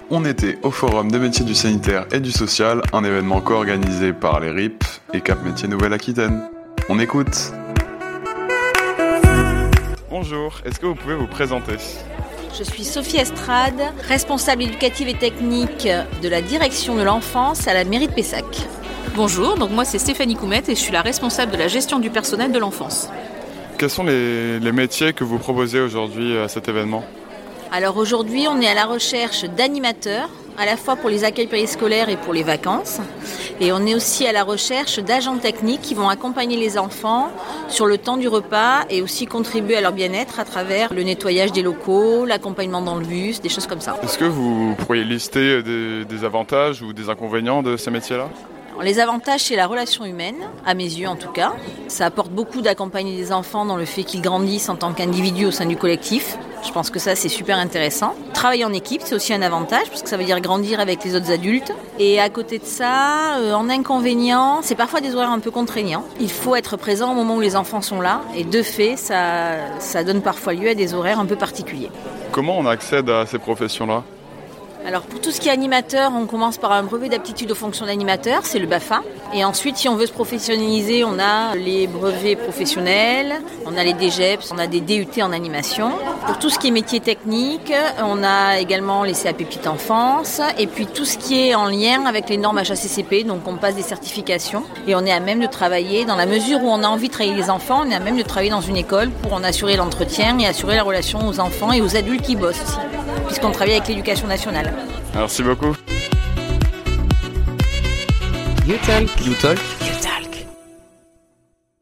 on était au Forum des métiers du sanitaire et du social, un événement co-organisé par les RIP et Cap Métiers Nouvelle-Aquitaine. On écoute. Bonjour, est-ce que vous pouvez vous présenter ? Je suis Sophie Estrade, responsable éducative et technique de la direction de l'enfance à la mairie de Pessac. Bonjour, donc moi c'est Stéphanie Coumette et je suis la responsable de la gestion du personnel de l'enfance. Quels sont les métiers que vous proposez aujourd'hui à cet événement ? Alors aujourd'hui, on est à la recherche d'animateurs, à la fois pour les accueils périscolaires et pour les vacances. Et on est aussi à la recherche d'agents techniques qui vont accompagner les enfants sur le temps du repas et aussi contribuer à leur bien-être à travers le nettoyage des locaux, l'accompagnement dans le bus, des choses comme ça. Est-ce que vous pourriez lister des avantages ou des inconvénients de ces métiers-là ? Les avantages, c'est la relation humaine, à mes yeux en tout cas. Ça apporte beaucoup d'accompagner des enfants dans le fait qu'ils grandissent en tant qu'individus au sein du collectif. Je pense que ça, c'est super intéressant. Travailler en équipe, c'est aussi un avantage, parce que ça veut dire grandir avec les autres adultes. Et à côté de ça, en inconvénient, c'est parfois des horaires un peu contraignants. Il faut être présent au moment où les enfants sont là. Et de fait, ça donne parfois lieu à des horaires un peu particuliers. Comment on accède à ces professions-là ? Alors pour tout ce qui est animateur, on commence par un brevet d'aptitude aux fonctions d'animateur, c'est le BAFA. Et ensuite, si on veut se professionnaliser, on a les brevets professionnels, on a les DGEPS, on a des DUT en animation. Pour tout ce qui est métier technique, on a également les CAP Petite Enfance. Et puis tout ce qui est en lien avec les normes HACCP, donc on passe des certifications. Et on est à même de travailler, dans la mesure où on a envie de travailler les enfants, on est à même de travailler dans une école pour en assurer l'entretien et assurer la relation aux enfants et aux adultes qui bossent aussi, puisqu'on travaille avec l'éducation nationale. Merci beaucoup. You Talk.